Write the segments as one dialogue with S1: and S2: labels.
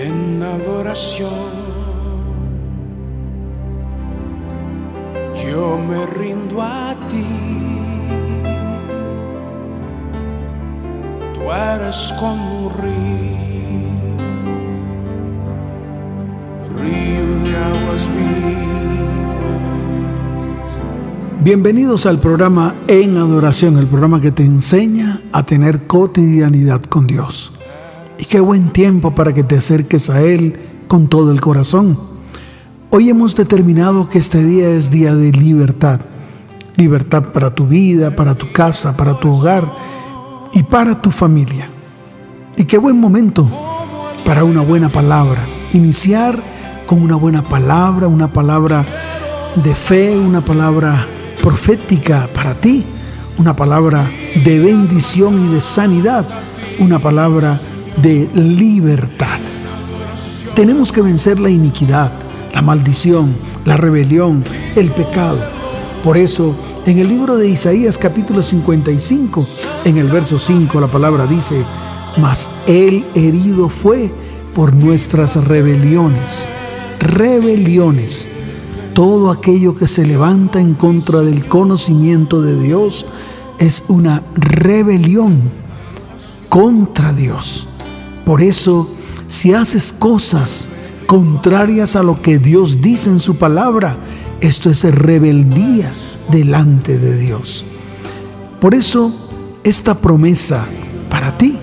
S1: en adoración. Yo me rindo a ti. Tú eres como un río de aguas vivas.
S2: Bienvenidos al programa En Adoración, el programa que te enseña a tener cotidianidad con Dios. Y qué buen tiempo para que te acerques a Él con todo el corazón. Hoy hemos determinado que este día es día de libertad. Libertad para tu vida, para tu casa, para tu hogar y para tu familia. Y qué buen momento para una buena palabra. Iniciar con una buena palabra, una palabra de fe, una palabra profética para ti, una palabra de bendición y de sanidad, una palabra de libertad. Tenemos que vencer la iniquidad, la maldición, la rebelión, el pecado. Por eso, en el libro de Isaías capítulo 55, en el verso 5, la palabra dice: mas Él herido fue por nuestras rebeliones. Rebeliones. Todo aquello que se levanta en contra del conocimiento de Dios es una rebelión contra Dios. Por eso, si haces cosas contrarias a lo que Dios dice en su palabra, esto es rebeldía delante de Dios. Por eso, esta promesa para ti: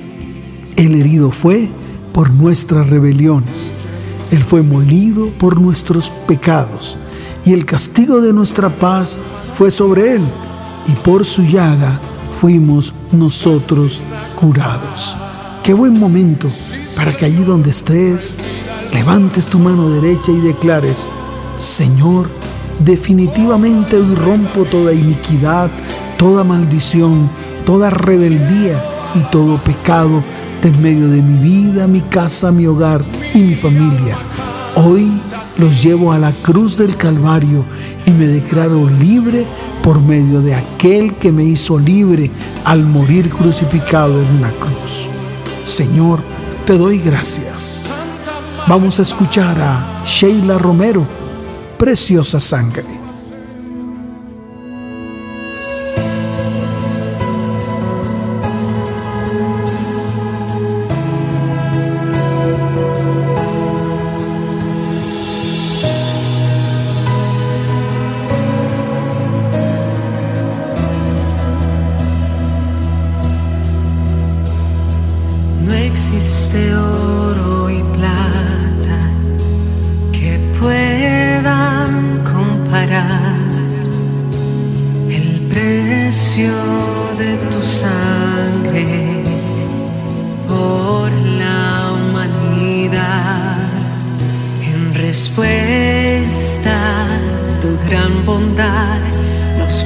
S2: Él herido fue por nuestras rebeliones. Él fue molido por nuestros pecados, y el castigo de nuestra paz fue sobre Él, y por su llaga fuimos nosotros curados. Qué buen momento para que allí donde estés, levantes tu mano derecha y declares: Señor, definitivamente hoy rompo toda iniquidad, toda maldición, toda rebeldía y todo pecado de en medio de mi vida, mi casa, mi hogar y mi familia. Hoy los llevo a la cruz del Calvario y me declaro libre por medio de aquel que me hizo libre al morir crucificado en una cruz. Señor, te doy gracias. Vamos a escuchar a Sheila Romero, Preciosa Sangre.
S3: No existe oro y plata que puedan comparar el precio de tu sangre por la humanidad. En respuesta a tu gran bondad, nos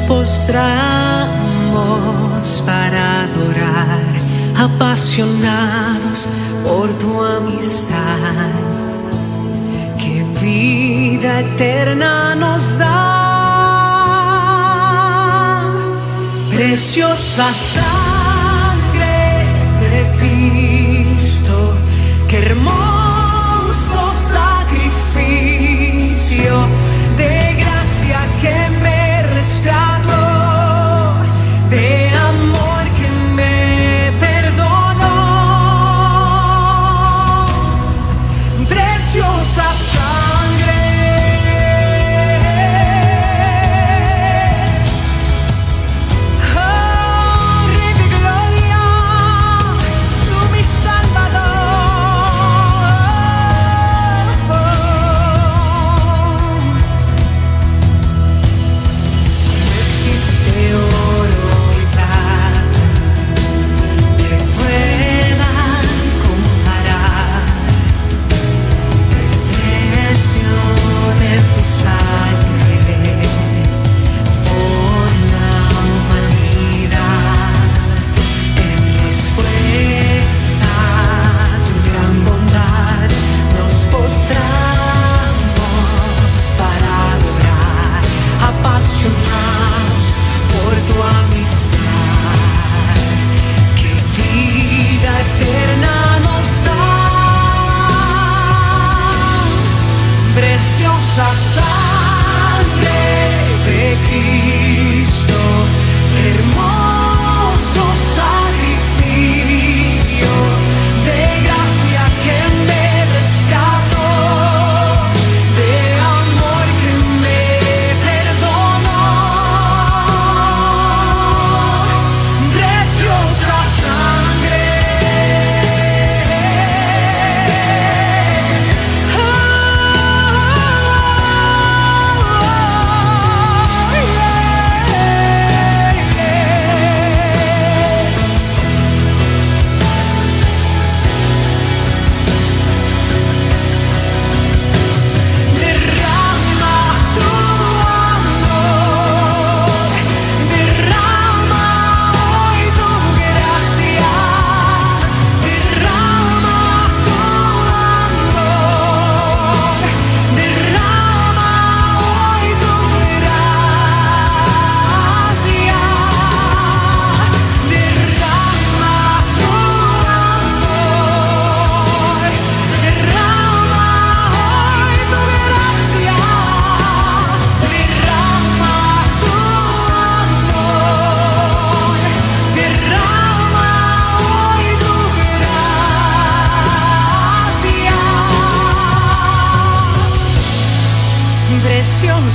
S3: postramos para adorar, apasionados por tu amistad, que vida eterna nos da. Preciosa sangre de Cristo, qué hermoso sacrificio de gracia que me rescató, de amor que me perdonó. Preciosa sangre, oh Rey de gloria, tú mi Salvador.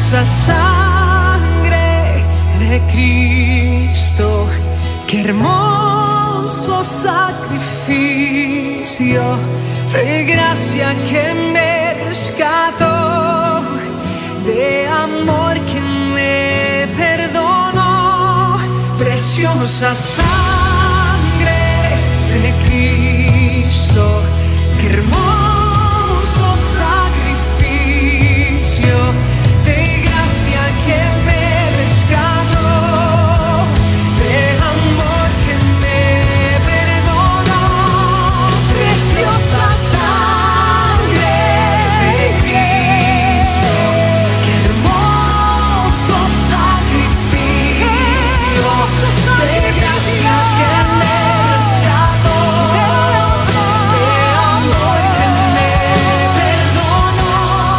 S3: preciosa sangre de Cristo, qué hermoso sacrificio de gracia que me rescató, de amor que me perdonó, preciosa sangre de Cristo, qué hermoso sacrificio de gracia que me rescató, de amor que me perdonó, preciosa sangre de Cristo, qué hermoso sacrificio de gracia que me rescató, de amor que me perdonó,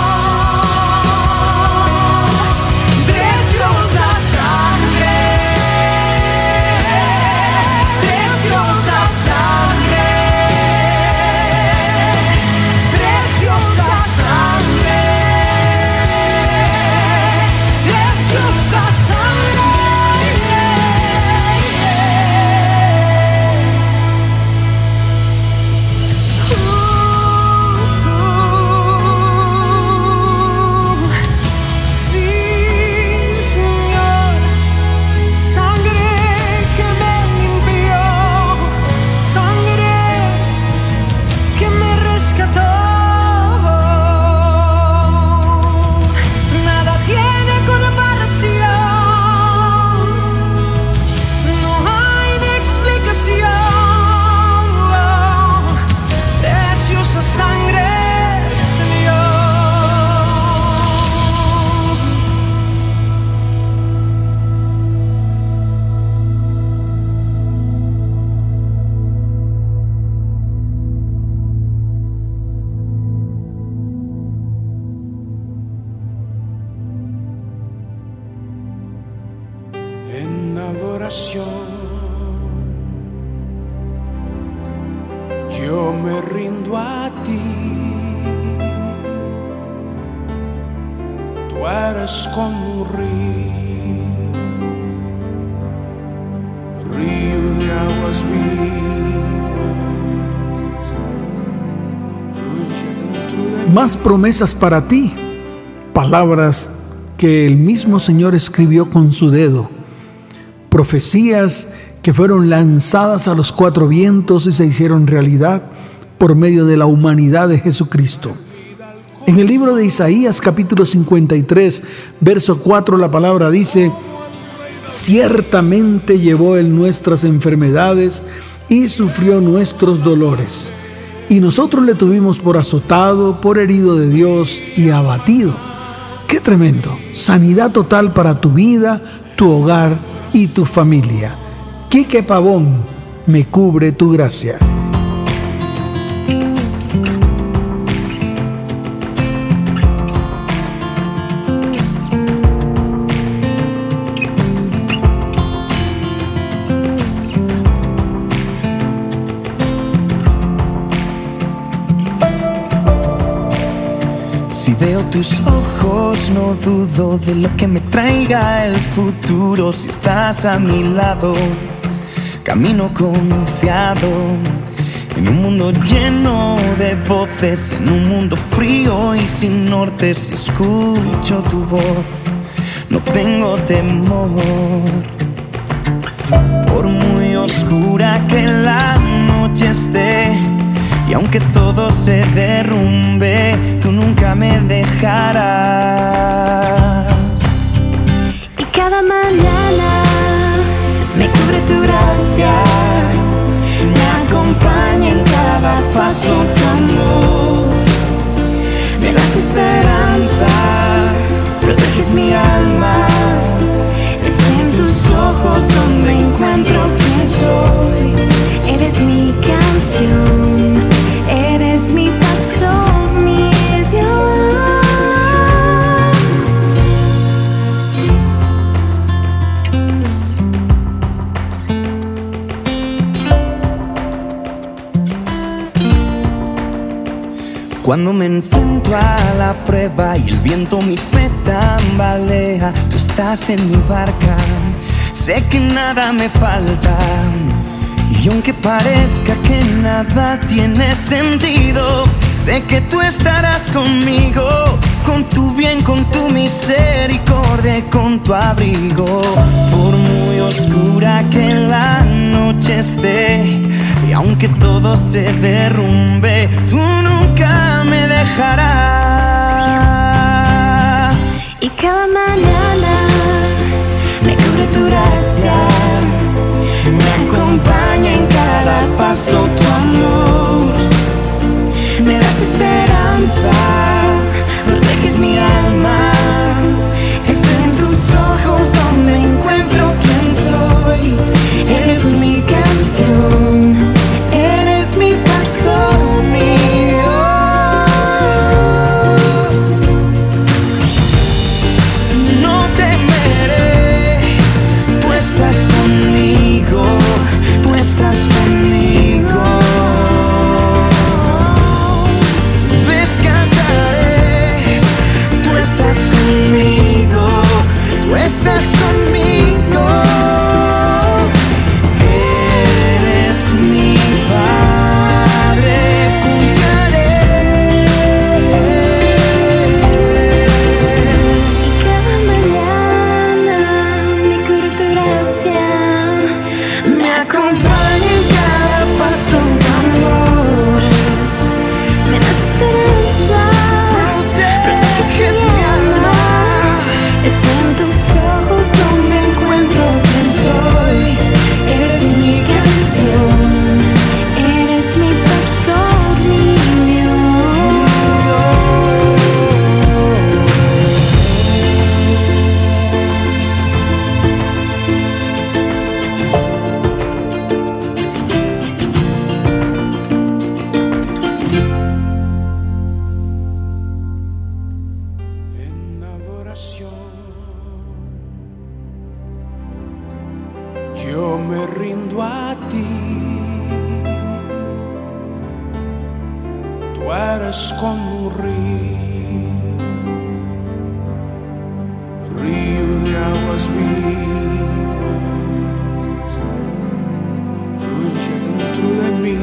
S3: preciosa sangre, preciosa sangre, preciosa sangre, preciosa sangre. Sí, Señor, sangre que me limpió, sangre que me rescató. Nada tiene comparación, no hay ni explicación. Preciosa sangre, Señor.
S1: En adoración yo me rindo a ti. Tú eres como un río de aguas vivas, fluye dentro de mí.
S2: Más promesas para ti, palabras que el mismo Señor escribió con su dedo, profecías que fueron lanzadas a los cuatro vientos y se hicieron realidad por medio de la humanidad de Jesucristo. En el libro de Isaías capítulo 53, verso 4, la palabra dice: ciertamente llevó Él nuestras enfermedades y sufrió nuestros dolores, y nosotros le tuvimos por azotado, por herido de Dios y abatido. ¡Qué tremendo! Sanidad total para tu vida, tu hogar y tu familia. Quique Pavón, me cubre tu gracia.
S4: Si veo tus ojos, no dudo de lo que me traiga el futuro. Si estás a mi lado, camino confiado. En un mundo lleno de voces, en un mundo frío y sin norte, si escucho tu voz, no tengo temor. Por muy oscura que la noche esté, y aunque todo se derrumbe, tú nunca me dejarás.
S5: Y cada mañana
S4: Me cubre tu gracia, me acompaña en cada paso tu amor. Me das esperanza, proteges mi alma. Es en tus ojos donde encuentro quién soy.
S5: eres mi canción, eres mi pastor, mi Dios.
S4: Cuando me enfrento a la prueba y el viento mi fe tambalea, tú estás en mi barca, sé que nada me falta. Y aunque parezca que nada tiene sentido, sé que tú estarás conmigo, con tu bien, con tu misericordia y con tu abrigo. Por muy oscura que la noche esté, y aunque todo se derrumbe, tú nunca me dejarás.
S5: Y cada mañana me cubre tu gracia, me acompaña en cada paso tu amor, me das esperanza, proteges mi alma, es en tus ojos donde encuentro quién soy. Eres mi canción, eres mi pastor, mi Dios.
S4: No temeré, tú estás conmigo, tú estás conmigo. Descansaré, tú estás conmigo, tú estás conmigo. Eres mi Padre, confiaré.
S5: Y cada mañana me cubre tu gracia,
S4: Me acompaña en cada paso tu amor,
S5: me das esperanza,
S4: proteges mi alma,
S5: es en tus ojos
S4: donde encuentro quién soy. Eres mi canción,
S5: eres mi pastor, mi Dios.
S1: En adoración yo me rindo a ti. Tú eres como un río de aguas vivas, fluye dentro de mí.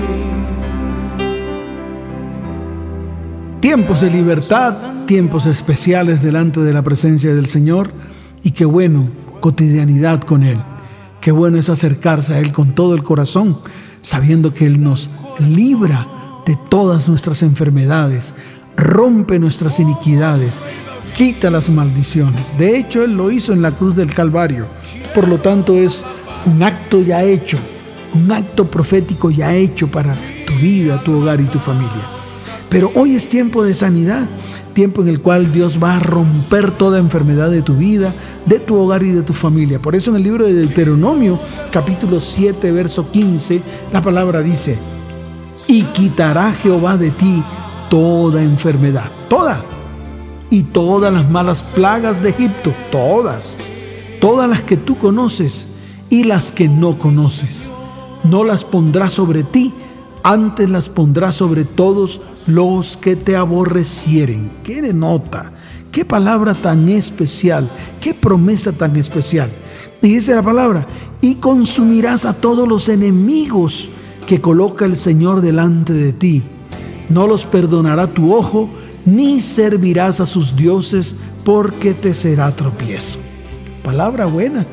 S2: Tiempos de libertad, tiempos especiales delante de la presencia del Señor, y qué bueno, cotidianidad con Él. Qué bueno es acercarse a Él con todo el corazón, sabiendo que Él nos libra de todas nuestras enfermedades, rompe nuestras iniquidades, quita las maldiciones. De hecho, Él lo hizo en la cruz del Calvario. Por lo tanto, es un acto ya hecho, un acto profético ya hecho para tu vida, tu hogar y tu familia. Pero hoy es tiempo de sanidad, tiempo en el cual Dios va a romper toda enfermedad de tu vida, de tu hogar y de tu familia. Por eso en el libro de Deuteronomio, capítulo 7, verso 15, la palabra dice: y quitará Jehová de ti toda enfermedad, toda, y todas las malas plagas de Egipto, todas las que tú conoces y las que no conoces. No las pondrá sobre ti, antes las pondrá sobre todos los que te aborrecieren. ¡Qué nota! ¡Qué palabra tan especial! ¡Qué promesa tan especial! Y dice la palabra: y consumirás a todos los enemigos que coloca el Señor delante de ti. No los perdonará tu ojo, ni servirás a sus dioses, porque te será tropiezo. Palabra buena.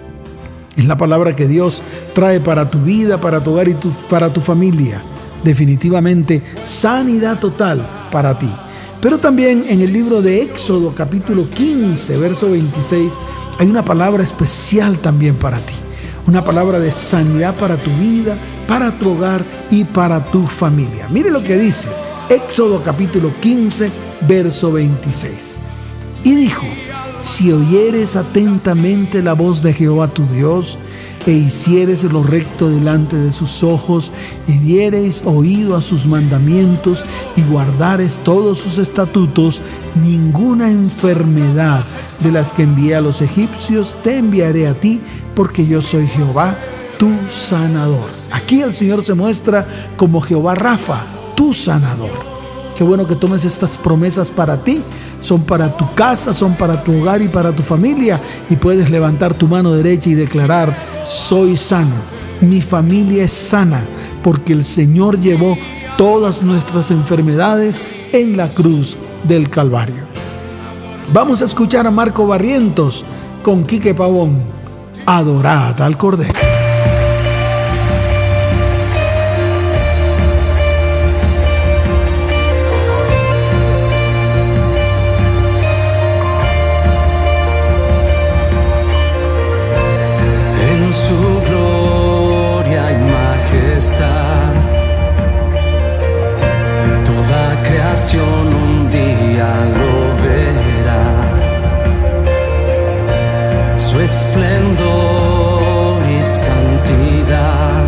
S2: Es la palabra que Dios trae para tu vida, para tu hogar y para tu familia. Definitivamente sanidad total para ti. Pero también en el libro de Éxodo, capítulo 15, verso 26, hay una palabra especial también para ti. Una palabra de sanidad para tu vida, para tu hogar y para tu familia. Mire lo que dice Éxodo capítulo 15, verso 26. Y dijo: si oyeres atentamente la voz de Jehová tu Dios, e hicieres lo recto delante de sus ojos, y diereis oído a sus mandamientos, y guardares todos sus estatutos, ninguna enfermedad de las que envié a los egipcios te enviaré a ti, porque yo soy Jehová, tu sanador. Aquí el Señor se muestra como Jehová Rafa, tu sanador. Qué bueno que tomes estas promesas para ti. Son para tu casa, son para tu hogar y para tu familia. Y puedes levantar tu mano derecha y declarar: soy sano, mi familia es sana, porque el Señor llevó todas nuestras enfermedades en la cruz del Calvario. Vamos a escuchar a Marco Barrientos con Quique Pavón. Adorad al Cordero.
S1: En su gloria y majestad, toda creación un día lo verá. Su esplendor y santidad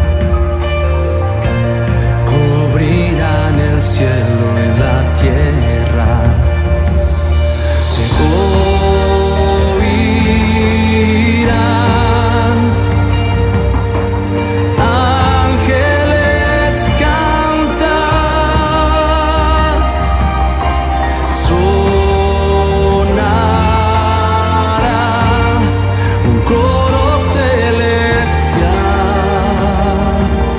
S1: cubrirán el cielo y la tierra. Se oirán ángeles cantar, sonará un coro celestial.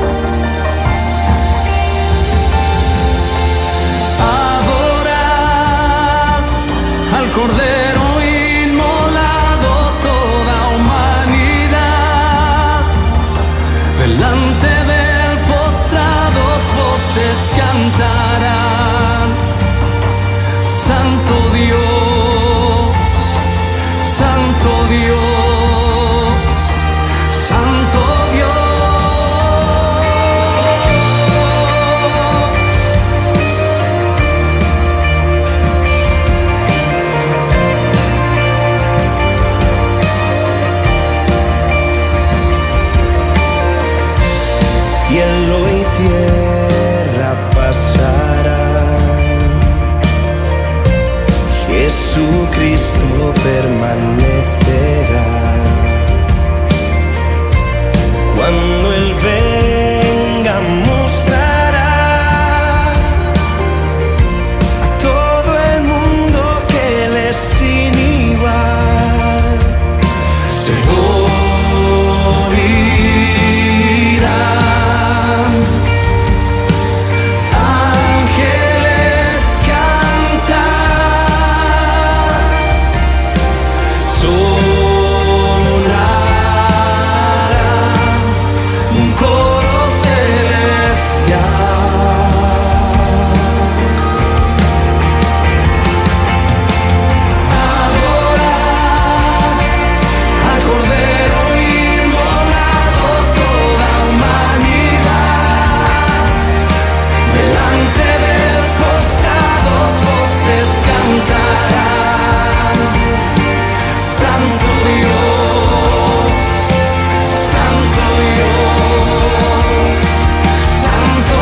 S1: Adorad al Cordero inmolado, toda humanidad. Delante del postrados voces cantarán: Santo Dios, Santo Dios, Santo Dios.
S4: Cielo y tierra pasarán, Jesucristo permanecerá. Cuando Él venga mostrará a todo el mundo que Él es sin igual. Se oirán ángeles cantar, sonará un coro celestial. Adorad al Cordero inmolado, toda humanidad. Delante del postrados voces cantarán: Santo Dios, Santo Dios, Santo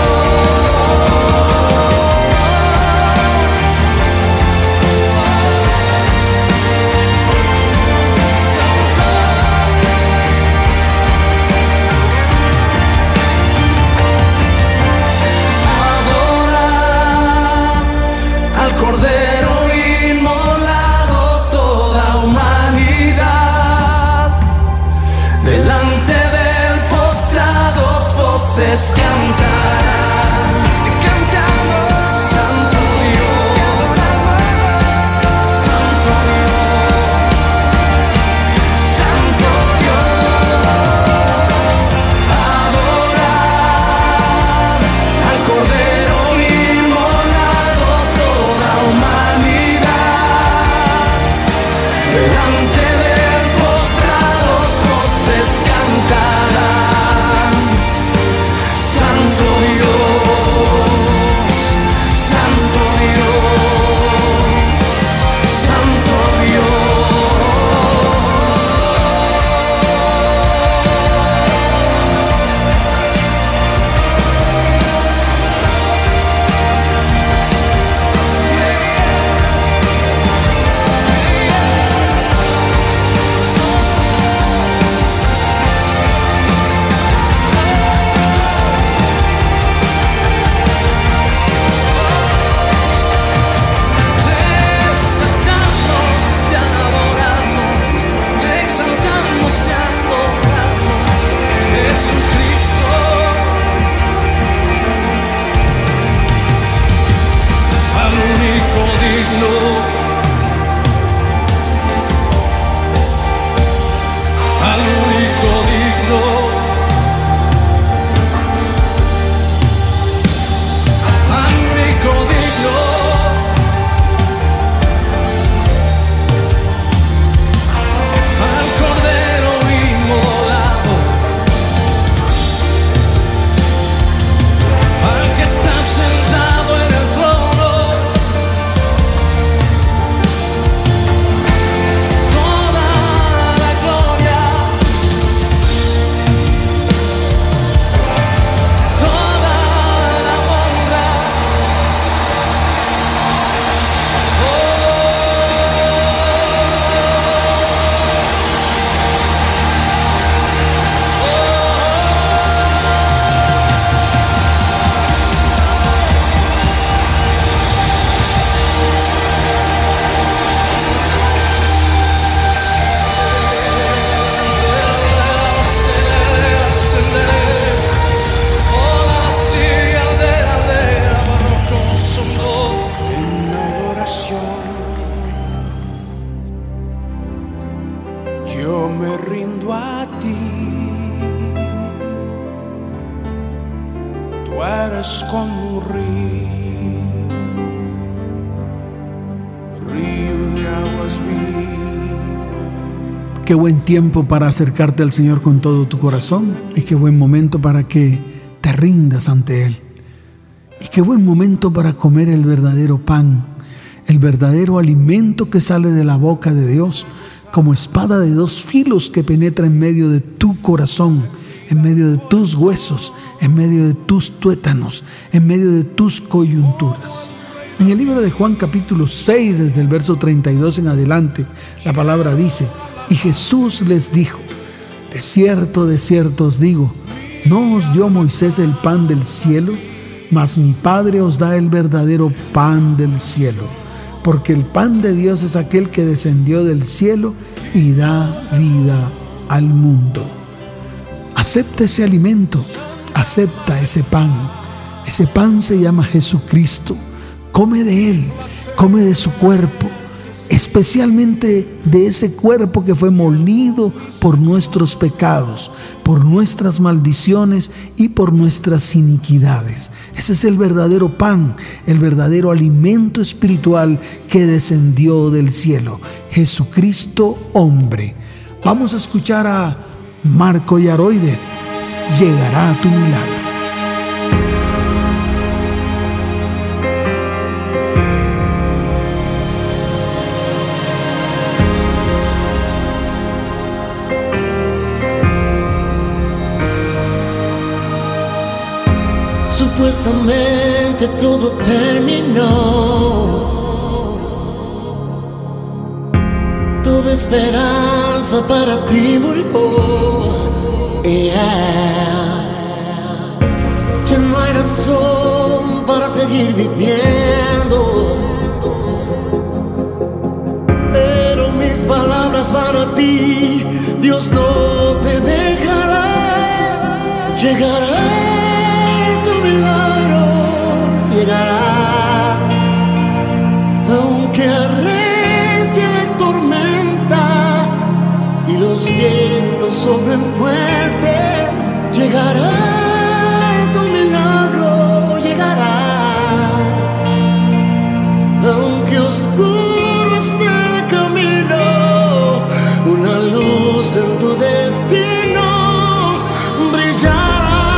S4: Adorad al Cordero inmolado, toda humanidad. Delante del postrados voces cantarán: Te cantamos, Santo Dios, Santo Dios, Santo Dios. Adorad al Cordero inmolado, toda humanidad. Delante del postrados voces cantarán: Santo Dios, Santo Dios, Santo Dios.
S6: corres como un río de aguas vivas.
S2: Qué buen tiempo para acercarte al Señor con todo tu corazón, y qué buen momento para que te rindas ante Él. Y qué buen momento para comer el verdadero pan, el verdadero alimento que sale de la boca de Dios, como espada de dos filos que penetra en medio de tu corazón, en medio de tus huesos, en medio de tus tuétanos, en medio de tus coyunturas. En el libro de Juan capítulo 6, desde el verso 32 en adelante, la palabra dice: y Jesús les dijo: de cierto os digo, no os dio Moisés el pan del cielo, mas mi Padre os da el verdadero pan del cielo, porque el pan de Dios es aquel que descendió del cielo y da vida al mundo. Acepta ese alimento, acepta ese pan. Ese pan se llama Jesucristo. Come de Él, come de su cuerpo, especialmente de ese cuerpo que fue molido por nuestros pecados, por nuestras maldiciones y por nuestras iniquidades. Ese es el verdadero pan, el verdadero alimento espiritual que descendió del cielo. Jesucristo hombre. Vamos a escuchar a Marco Yaroide. Llegará tu milagro.
S1: Supuestamente todo terminó, toda esperanza para ti murió. Ya no hay razón para seguir viviendo, pero mis palabras van a ti. Dios no te dejará. Llegará tu milagro, llegará, aunque arrecie la tormenta y los vientos soplen fuertes. Llegará tu milagro, llegará, aunque oscuro esté el camino, una luz en tu destino brillará.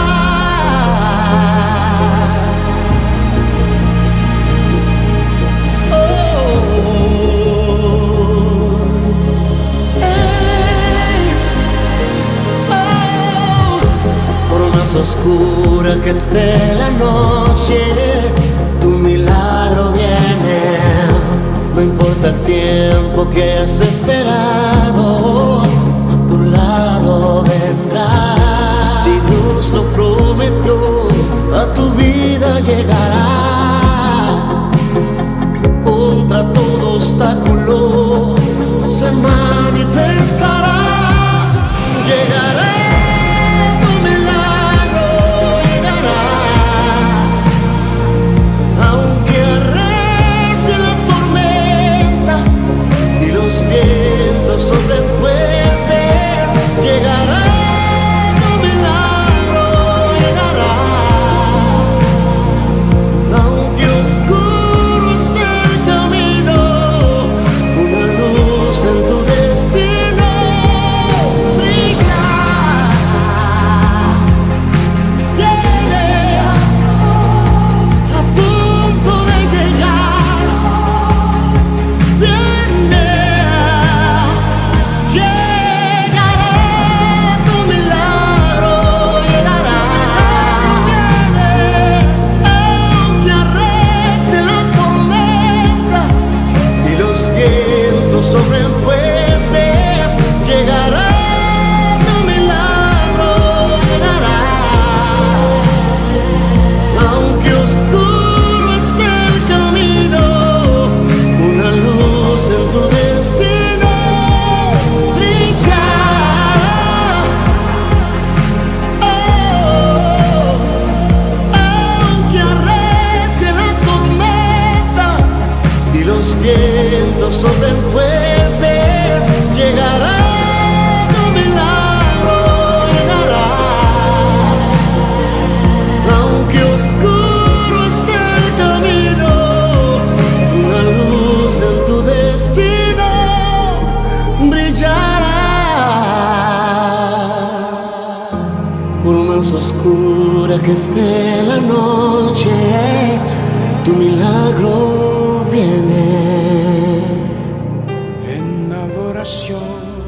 S1: Más oscura que esté la noche, tu milagro viene. No importa el tiempo que has esperado, a tu lado vendrá. Si Dios lo prometió, a tu vida llegará. Contra todo obstáculo se manifestará. Llegará. Vientos soplen fuertes, llegará. por más oscura que esté la noche, tu milagro viene.
S6: En adoración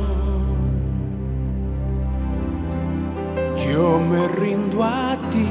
S6: yo me rindo a ti.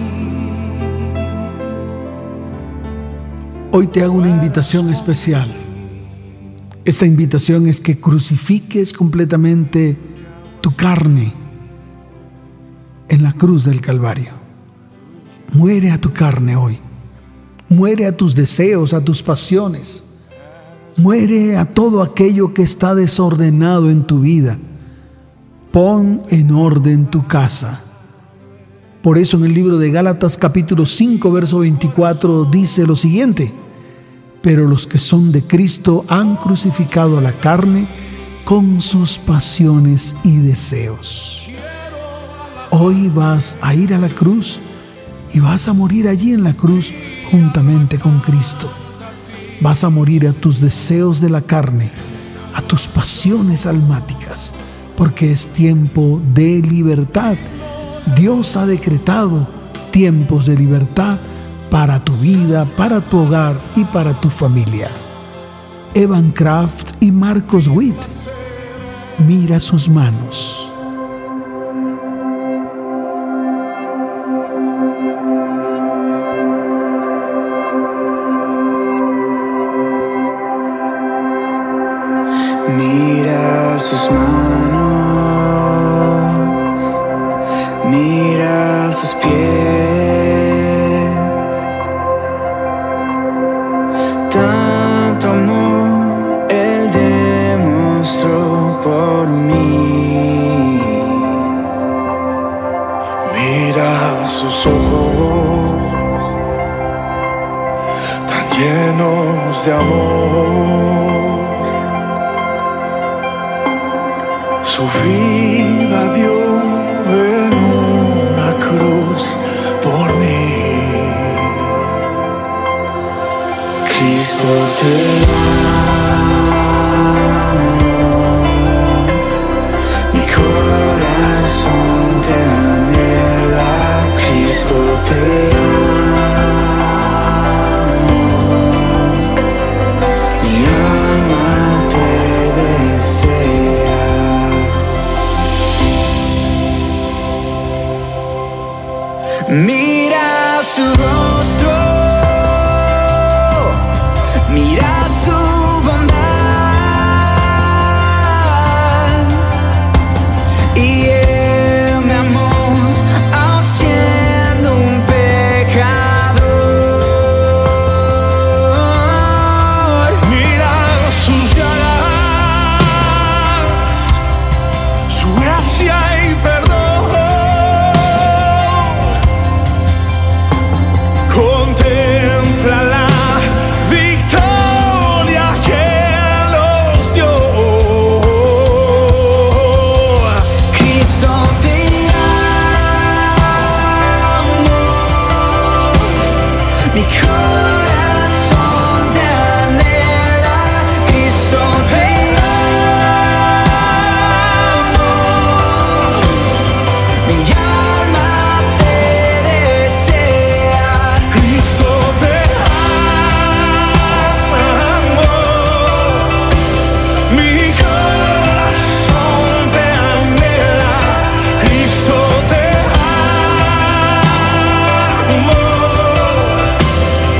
S2: Hoy te hago una invitación especial. Esta invitación es que crucifiques completamente tu carne en la cruz del Calvario. Muere a tu carne hoy. Muere a tus deseos, a tus pasiones. Muere a todo aquello que está desordenado en tu vida. Pon en orden tu casa. Por eso en el libro de Gálatas capítulo 5 verso 24 dice lo siguiente: pero los que son de Cristo han crucificado a la carne con sus pasiones y deseos. Hoy vas a ir a la cruz y vas a morir allí en la cruz juntamente con Cristo. Vas a morir a tus deseos de la carne, a tus pasiones almáticas, porque es tiempo de libertad. Dios ha decretado tiempos de libertad para tu vida, para tu hogar y para tu familia. Evan Kraft y Marcos Witt. Mira sus manos.
S4: Mira sus manos, mira sus pies, tanto amor Él demostró por mí.
S6: Mira sus ojos tan llenos de amor. Su vida dio en una cruz por mí.
S4: Cristo te amo, mi corazón te anhela. Cristo te amo, mi alma te desea. Mira su rostro, mira su bondad, y Él me amó aun siendo un pecador.
S6: Mira sus llagas, su gracia y perdón. Contempla la victoria que los dio.
S4: Cristo te amo, mi corazón te anhela. Cristo te amo, mi alma te desea.
S6: Cristo te amo, mi corazón te anhela. Cristo te amo,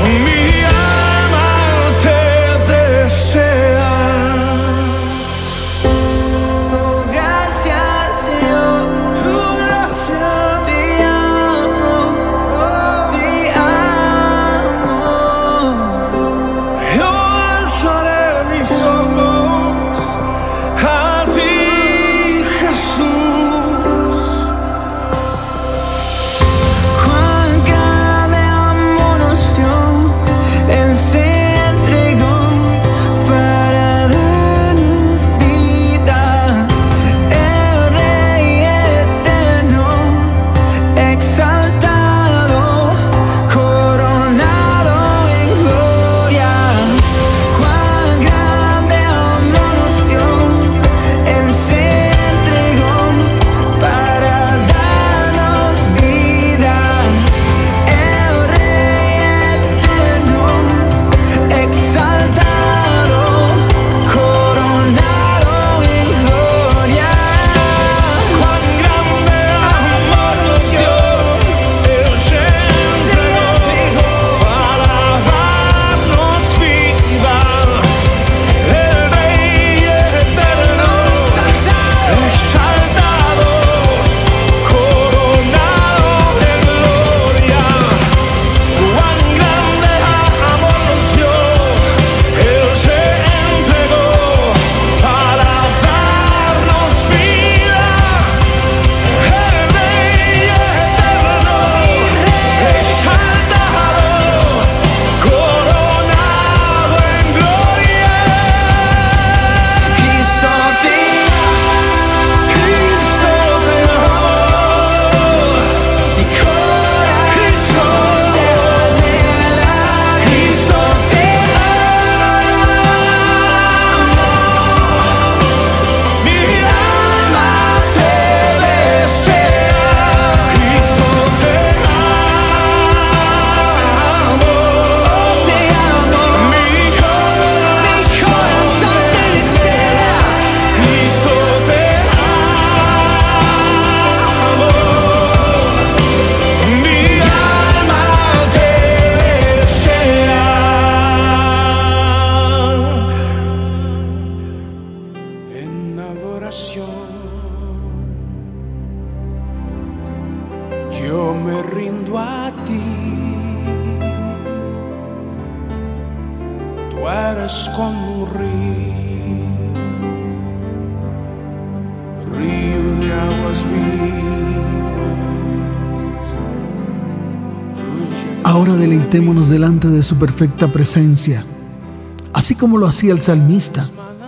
S6: yo me rindo a ti. Tú eres como un río de aguas vivas.
S2: Ahora deleitémonos delante de su perfecta presencia, así como lo hacía el salmista.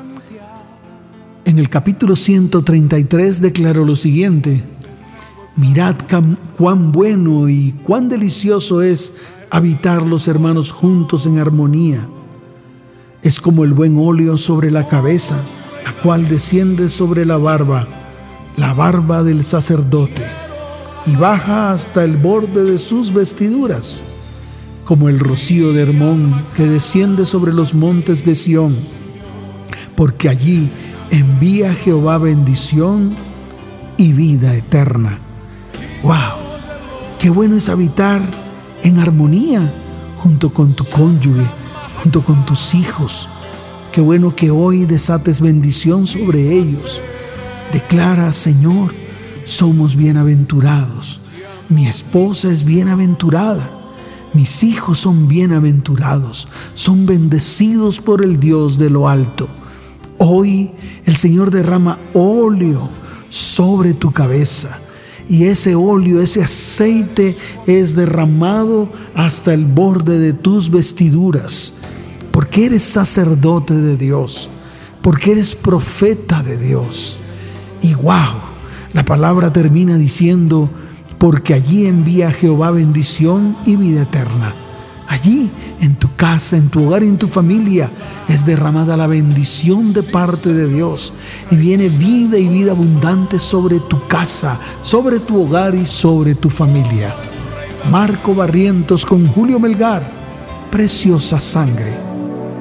S2: En el capítulo 133 declaró lo siguiente: mirad cuán bueno y cuán delicioso es habitar los hermanos juntos en armonía. Es como el buen óleo sobre la cabeza, la cual desciende sobre la barba del sacerdote, y baja hasta el borde de sus vestiduras, como el rocío de Hermón que desciende sobre los montes de Sión, porque allí envía Jehová bendición y vida eterna. ¡Wow! ¡Qué bueno es habitar en armonía junto con tu cónyuge, junto con tus hijos! ¡Qué bueno que hoy desates bendición sobre ellos! Declara: Señor, somos bienaventurados. Mi esposa es bienaventurada. Mis hijos son bienaventurados. Son bendecidos por el Dios de lo alto. Hoy el Señor derrama óleo sobre tu cabeza. Y ese óleo, ese aceite es derramado hasta el borde de tus vestiduras. Porque eres sacerdote de Dios. Porque eres profeta de Dios. Y wow, la palabra termina diciendo: porque allí envía Jehová bendición y vida eterna. Allí, en tu casa, en tu hogar y en tu familia, es derramada la bendición de parte de Dios. Y viene vida y vida abundante sobre tu casa, sobre tu hogar y sobre tu familia. Marco Barrientos con Julio Melgar, Preciosa Sangre.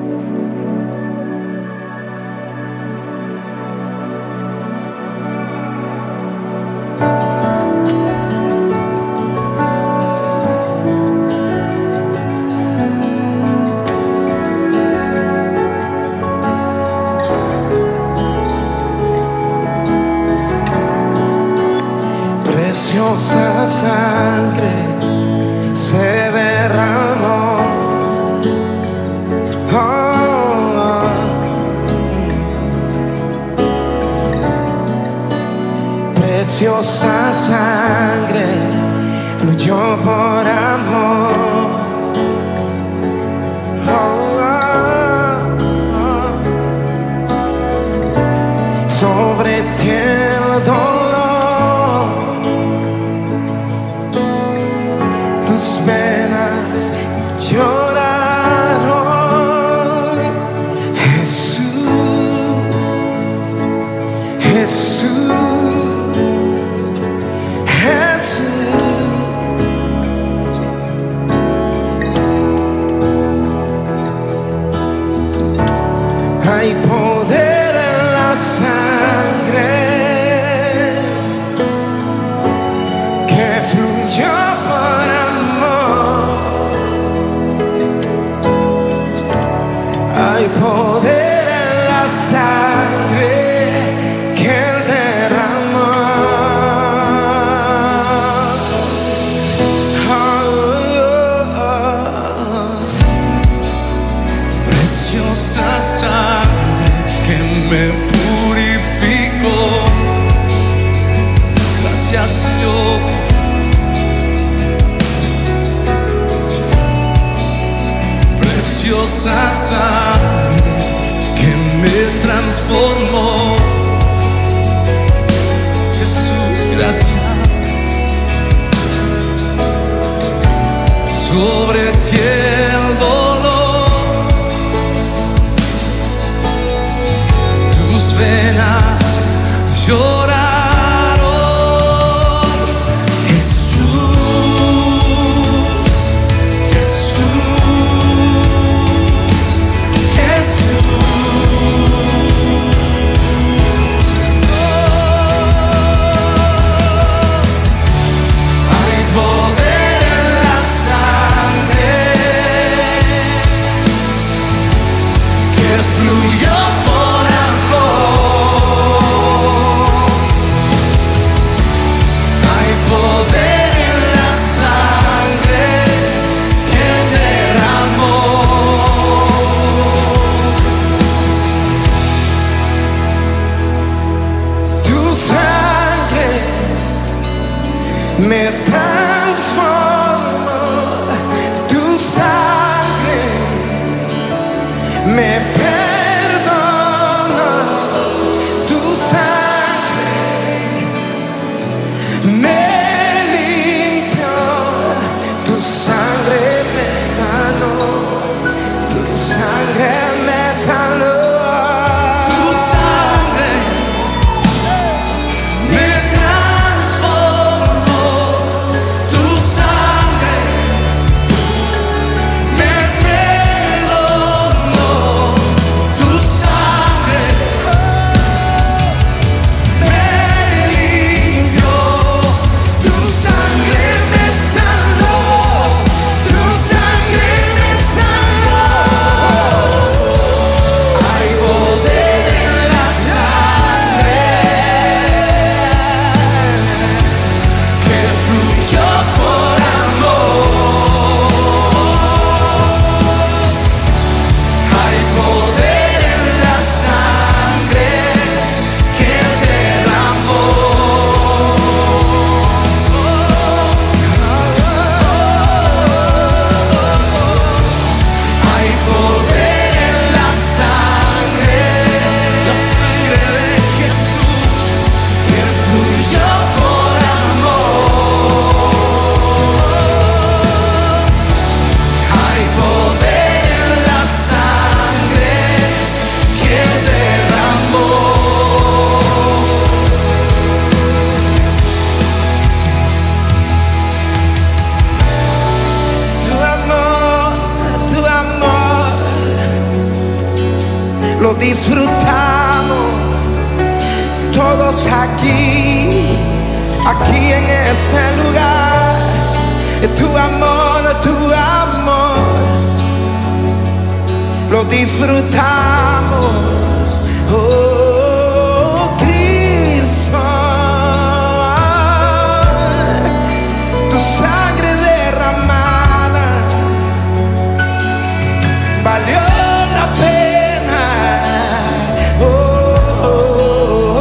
S1: Preciosa sangre se derramó, preciosa sangre fluyó por amor, sobre ti el dolor. Penas lloraron. Jesús, Jesús, Jesús. Hay poder en la sangre que fluyó por hay poder en la sangre que Él derramó.
S6: Preciosa sangre que me purificó. Gracias, Señor. Preciosa sangre que me transformó. Jesús, gracias. Sobre ti el dolor, tus venas lloraron. Jesús, Jesús, hay poder en la sangre
S4: me transformó. Tu sangre me perdonó. Tu sangre me limpió. Tu sangre me sanó. Tu sangre me sanó. Tu sangre me transformó. Tu sangre me perdonó. Tu sangre me limpió. Tu sangre me sanó. Tu sangre me sanó. Hay poder en la sangre que fluyó por amor. Hay poder en la sangre que derramó. Hay poder en la sangre de Jesús que fluyó por amor. Hay poder en la sangre que derramó. Tu amor, lo disfrutamos todos aquí en este lugar. Tu amor, lo disfrutamos. Oh, Cristo, tu sangre derramada valió la pena. Oh, oh,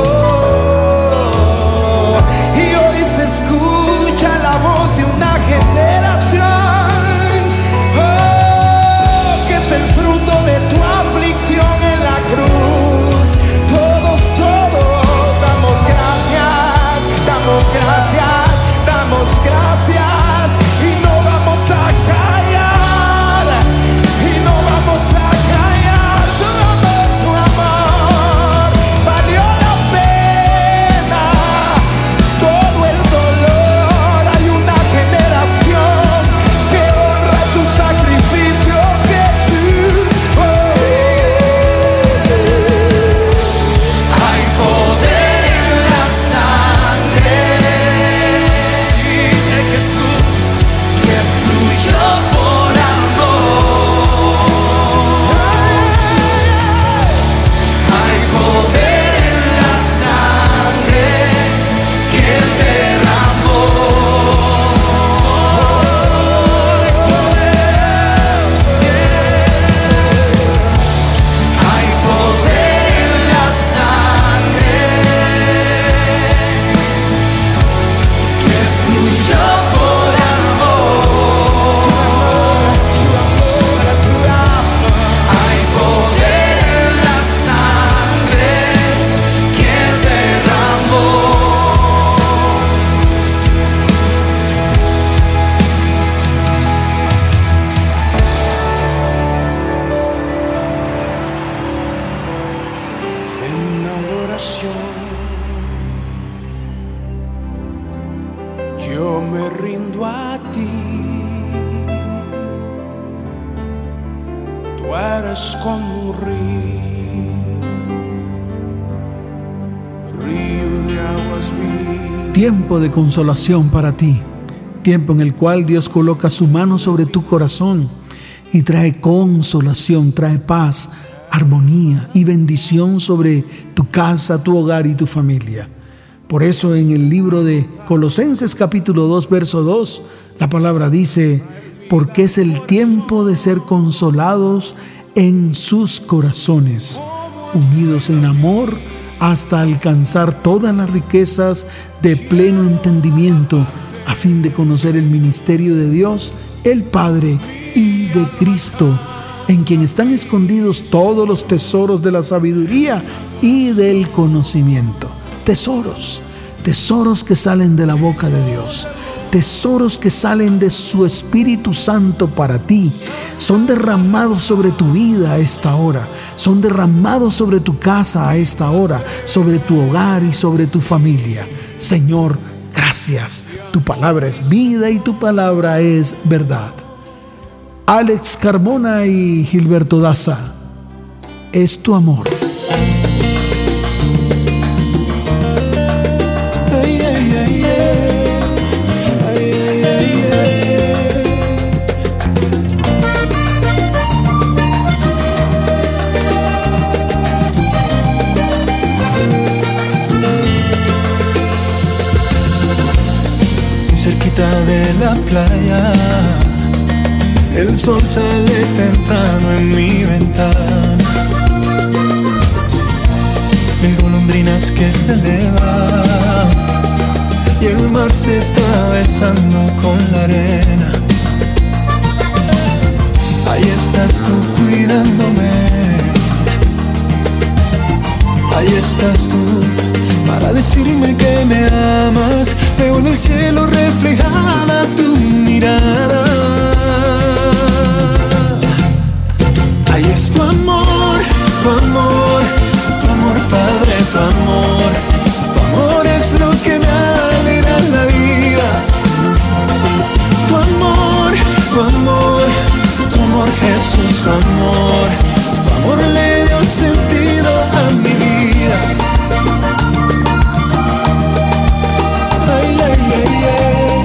S4: oh. Y hoy se escucha la voz de una generación, oh, que es el fruto de tu aflicción en la cruz. Todos damos gracias, damos gracias, damos gracias. Y no vamos a callar, y no vamos a callar. Tu amor valió la pena, todo el dolor. Hay una generación que honra tu sacrificio, Jesús. Oh. Hay poder en la sangre, sí, de Jesús que fluyó por amor. Hay poder en la sangre que derramó. Hay poder en la sangre que fluyó por amor. Hay poder en la sangre que derramó. En adoración yo me rindo a ti. Tú eres como un río de aguas vivas.
S2: Tiempo de consolación para ti. Tiempo en el cual Dios coloca su mano sobre tu corazón y trae consolación, trae paz, armonía y bendición sobre tu casa, tu hogar y tu familia. Por eso en el libro de Colosenses capítulo 2, verso 2, la palabra dice: porque es el tiempo de ser consolados en sus corazones, unidos en amor hasta alcanzar todas las riquezas de pleno entendimiento, a fin de conocer el ministerio de Dios, el Padre y de Cristo, en quien están escondidos todos los tesoros de la sabiduría y del conocimiento. Tesoros que salen de la boca de Dios, tesoros que salen de su Espíritu Santo para ti. Son derramados sobre tu vida a esta hora, son derramados sobre tu casa a esta hora, sobre tu hogar y sobre tu familia. Señor, gracias. Tu palabra es vida y tu palabra es verdad. Alex Carmona y Gilberto Daza, es tu amor.
S4: Cerquita de la playa, el sol sale temprano en mi ventana. Mil golondrinas que se elevan y el mar se está besando con la arena. Ahí estás tú cuidándome, ahí estás tú para decirme que me amas. Veo en el cielo reflejada tu mirada. Ahí es tu amor, tu amor, tu amor, Padre, tu amor. Tu amor es lo que me alegra la vida. Tu amor, tu amor, tu amor, Jesús, tu amor. Tu amor le dio sentido a mi vida. Ay, ay, ay, ay.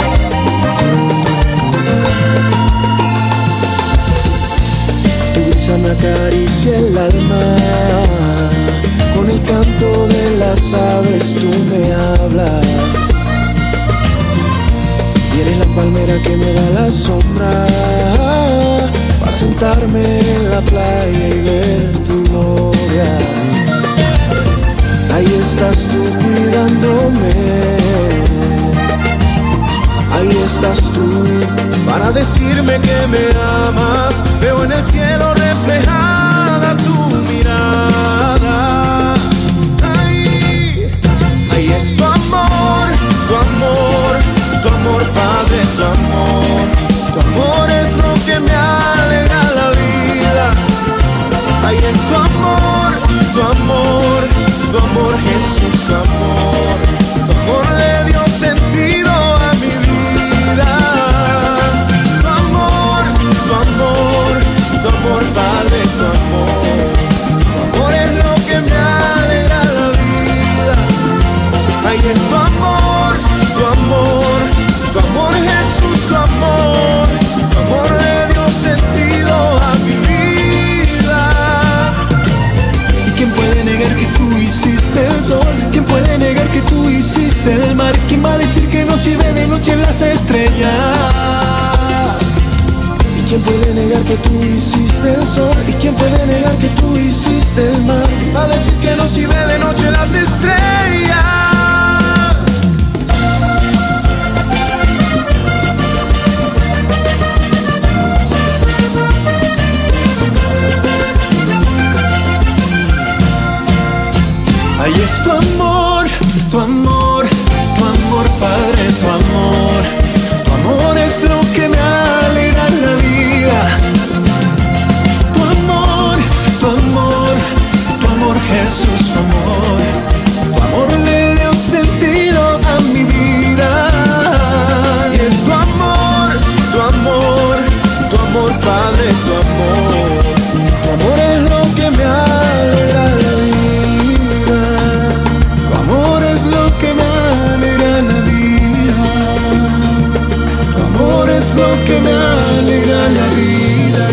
S4: Tu brisa me acaricia el alma, con el canto de las aves tú me hablas. Y eres la palmera que me da la sombra, para sentarme en la playa y ver tu gloria. Ahí estás tú cuidándome, ahí estás tú para decirme que me amas. Veo en el cielo reflejada tu mirada. Ahí es tu amor, tu amor, tu amor, Padre, tu amor. Tu amor es lo que me alegra la vida. Ahí es tu amor, tu amor, tu amor, Jesús, tu amor. Tu amor le dio sentido a mi vida. Tu amor, tu amor, tu amor, Padre, tu amor. Tu amor es lo que me alegra la vida. Ahí es tu amor, tu amor, tu amor, Jesús, tu amor. Tu amor le dio sentido a mi vida. ¿Y quién puede negar que tú hiciste el sol? ¿Quién puede negar que tú hiciste el mar? ¿Quién va a decir que no sirve de noche las estrellas? ¿Y quién puede negar que tú hiciste el sol? ¿Y quién puede negar que tú hiciste el mar? ¿Quién va a decir que no sirve de noche las estrellas? Ahí es tu amor, tu amor, tu amor, Padre, tu amor. Tu amor es lo que me alegra la vida. Tu amor, tu amor, tu amor, Jesús, tu amor. Tu amor le dio sentido a mi vida. Y es tu amor, tu amor, tu amor, Padre, tu amor. Tu amor es lo que me alegra la vida. Que me alegra la vida. Tu amor es lo que me alegra la vida.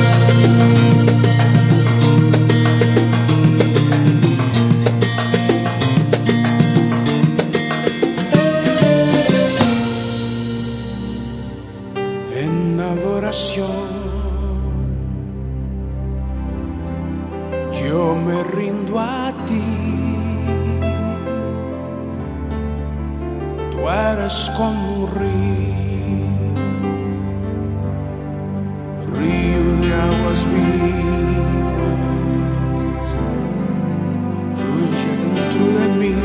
S6: En adoración yo me rindo a ti. Tú tú eres como un río de aguas vivas, fluye dentro de mí.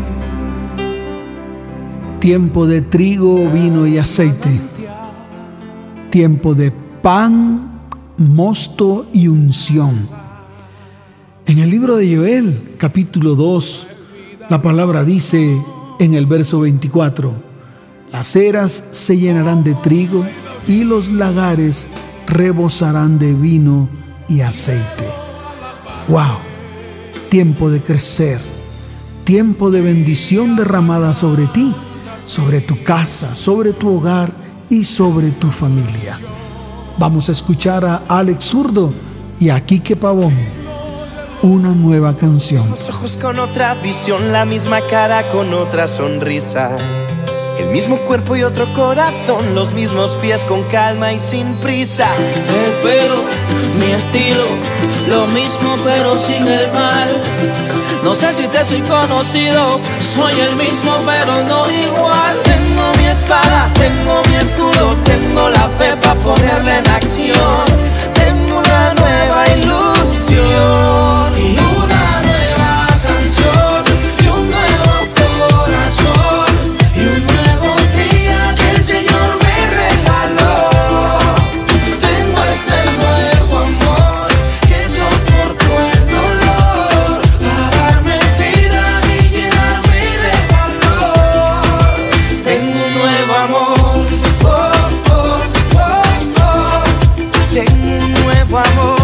S2: Tiempo de trigo, vino y aceite. Tiempo de pan, mosto y unción. En el libro de Joel, capítulo 2, la palabra dice en el verso 24: las eras se llenarán de trigo y los lagares rebosarán de vino y aceite. ¡Wow! Tiempo de crecer, tiempo de bendición derramada sobre ti, sobre tu casa, sobre tu hogar y sobre tu familia. Vamos a escuchar a Alex Zurdo y a Quique Pavón, una nueva canción.
S4: Los ojos con otra visión, la misma cara con otra sonrisa, el mismo cuerpo y otro corazón, los mismos pies con calma y sin prisa.
S3: El pelo, mi estilo, lo mismo pero sin el mal. No sé si te soy conocido, soy el mismo pero no igual.
S4: Tengo mi espada, tengo mi escudo, tengo la fe para ponerla en acción. Tengo una nueva ilusión y una nueva canción y un nuevo corazón y un nuevo día que el Señor me regaló. Tengo este nuevo amor que soportó el dolor para darme vida y llenarme de valor. Tengo un nuevo amor, oh, oh, oh, oh. Tengo un nuevo amor.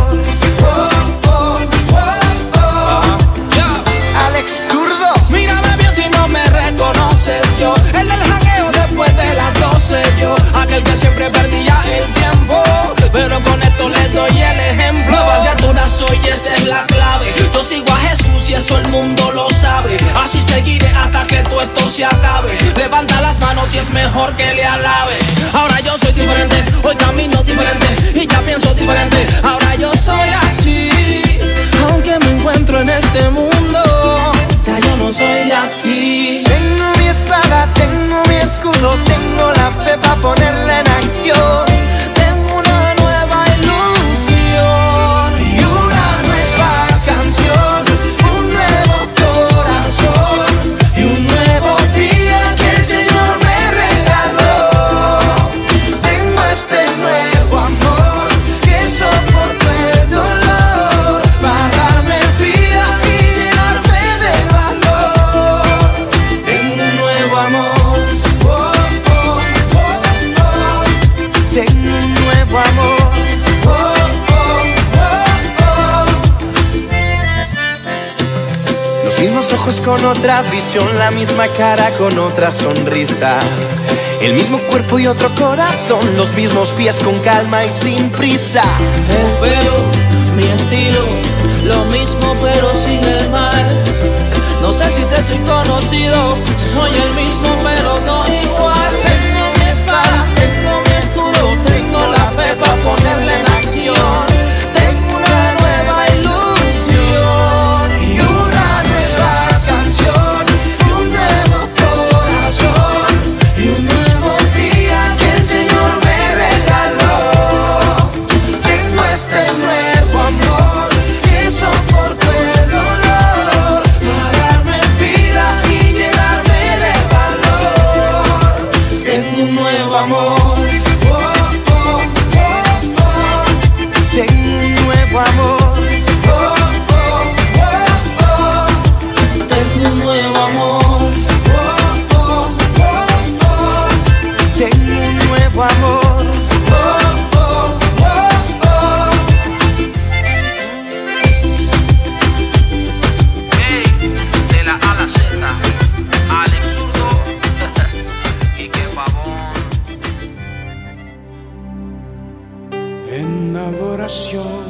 S3: Yo, el del jangueo después de las 12, yo, aquel que siempre perdía el tiempo, pero con esto les doy el ejemplo. Nueva criatura soy, esa es la clave. Yo sigo a Jesús y eso el mundo lo sabe. Así seguiré hasta que todo esto se acabe. Levanta las manos y es mejor que le alabes. Ahora yo soy diferente, hoy camino diferente y ya pienso diferente. Ahora yo soy así, aunque me encuentro en este mundo, ya yo no soy de aquí.
S4: Tengo mi espada, tengo mi escudo, tengo la fe para ponerla en acción. Tengo una nueva ilusión y una nueva canción, un nuevo corazón y un nuevo día que el Señor me regaló. Tengo este nuevo amor que soportó el dolor para darme vida y llenarme de valor. Tengo un nuevo amor, oh, oh, oh, oh. Tengo un nuevo amor, oh, oh, oh, oh. Los mismos ojos con otra visión, la misma cara con otra sonrisa, el mismo cuerpo y otro corazón, los mismos pies con calma y sin prisa.
S3: El pelo, mi estilo, lo mismo pero sin el mal. No sé si te soy conocido, soy el mismo pero no igual.
S4: Tengo mi espada, tengo mi escudo, tengo la fe para ponerla en acción. Tengo una nueva ilusión y una nueva canción y un nuevo corazón y un nuevo día que el Señor me regaló. Tengo este nuevo amor que soportó el dolor para darme vida y llenarme de valor. Tengo un nuevo amor, oh, oh, oh, oh. Tengo un nuevo amor, oh, oh, oh, oh.
S3: Tengo un nuevo amor,
S4: Oh, oh, oh, oh. Tengo un nuevo amor, oh, oh, oh, oh.
S7: Hey, de la A a la Z, Alex Zurdo, Quique Pavón.
S6: En adoración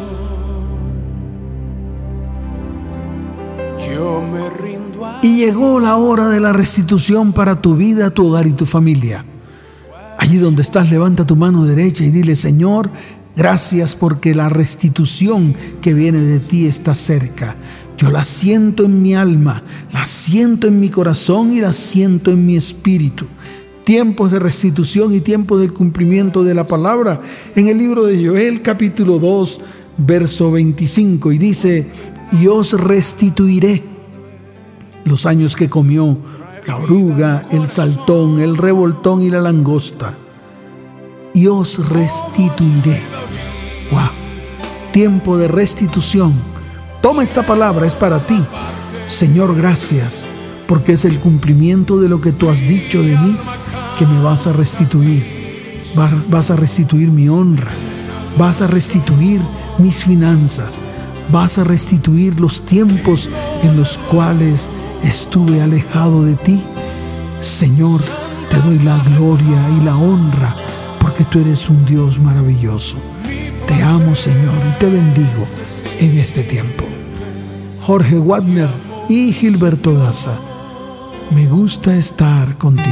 S6: yo me rindo a
S2: Y llegó la hora de la restitución para tu vida, tu hogar y tu familia. Allí donde estás, levanta tu mano derecha y dile: Señor, gracias porque la restitución que viene de ti está cerca. Yo la siento en mi alma, la siento en mi corazón y la siento en mi espíritu. tiempos de restitución y tiempos del cumplimiento de la palabra en el libro de Joel capítulo 2 verso 25, y dice: y os restituiré los años que comió la oruga, el saltón, el revoltón y la langosta, y os restituiré. ¡Wow! Tiempo de restitución. Toma esta palabra, es para ti. Señor, gracias, porque es el cumplimiento de lo que tú has dicho de mí, que me vas a restituir. Vas a restituir mi honra, vas a restituir mis finanzas, vas a restituir los tiempos en los cuales estuve alejado de ti. Señor, te doy la gloria y la honra, porque tú eres un Dios maravilloso. Te amo, Señor, y te bendigo en este tiempo. Jorge Wagner y Gilberto Daza, me gusta estar contigo.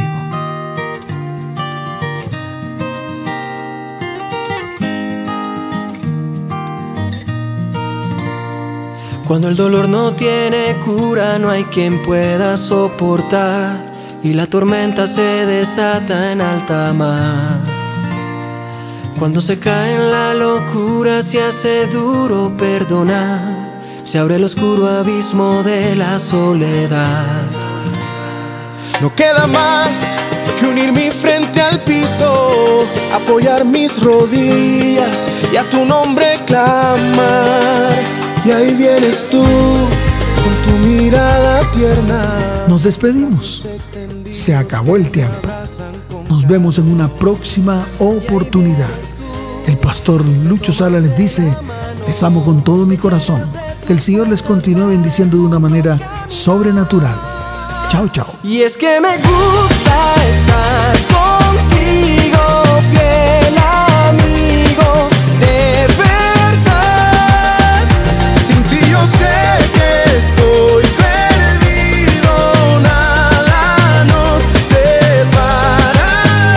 S8: Cuando el dolor no tiene cura, no hay quien pueda soportar, y la tormenta se desata en alta mar. Cuando se cae en la locura, se hace duro perdonar, se abre el oscuro abismo de la soledad.
S1: No queda más que unir mi frente al piso, apoyar mis rodillas y a tu nombre clamar. Y ahí vienes tú con tu mirada tierna.
S2: Nos despedimos. Se acabó el tiempo. Nos vemos en una próxima oportunidad. El pastor Lucho Sala les dice: les amo con todo mi corazón. Que el Señor les continúe bendiciendo de una manera sobrenatural. Chao, chao.
S8: Y es que me gusta estar contigo, fiel amigo, de verdad.
S1: Sin ti yo sé que estoy perdido, nada nos separará.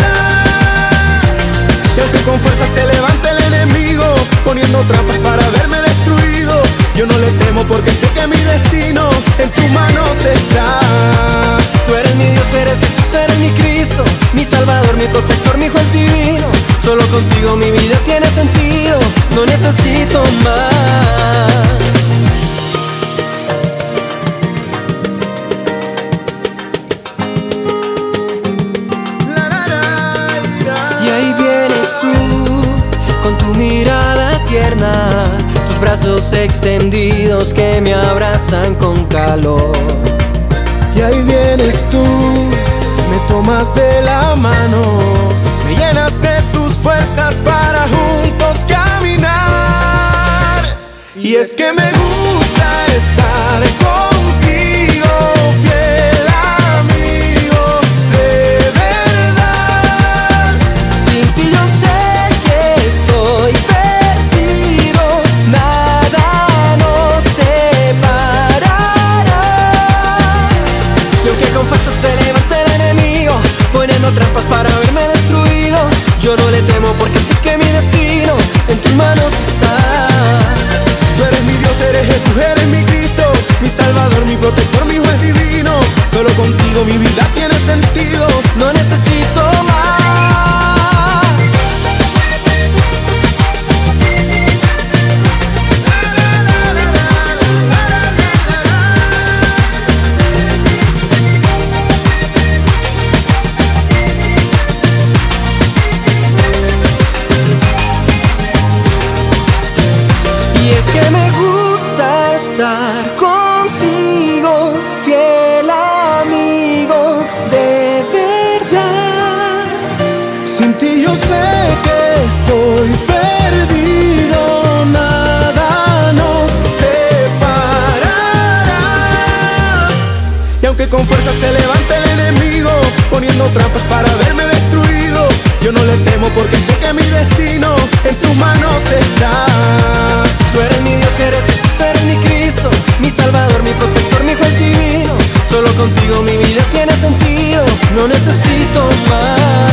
S1: Y aunque con fuerza se levante el enemigo, poniendo trampas para verme destruido, yo no le temo porque sé que mi destino en tus manos está.
S8: Tú eres mi Dios, eres Jesús, eres mi Cristo, mi Salvador, mi protector, mi juez divino. Solo contigo mi vida tiene sentido, no necesito más. Y ahí vienes tú, con tu mirada tierna, tus brazos extendidos que me abrazan con calor.
S1: Y ahí vienes tú, me tomas de la mano, me llenas de tus fuerzas para juntos caminar. Y es que me gusta estar contigo, fiel amigo, de verdad.
S8: Sin ti yo sé que estoy perdido, nada nos separará. Y aunque con fuerza se levante el enemigo, poniendo trampas para verme destruido, yo no le temo porque sé que mi destino en tus manos está.
S1: Tú eres mi Dios, eres Jesús, eres mi Cristo, mi Salvador, mi protector, mi juez divino. Solo contigo mi vida tiene sentido,
S8: no necesito más. Y es que me gusta estar contigo, fiel amigo, de verdad.
S1: sin ti yo sé que estoy perdido, nada nos separará. Y aunque con fuerza se levante el enemigo, poniendo trampas para verme destruido, yo no le temo porque sé que mi destino en tus manos está.
S8: Tú eres mi Dios, eres Jesús, eres mi Cristo, mi Salvador, mi protector, mi juez divino. Solo contigo mi vida tiene sentido, no necesito más.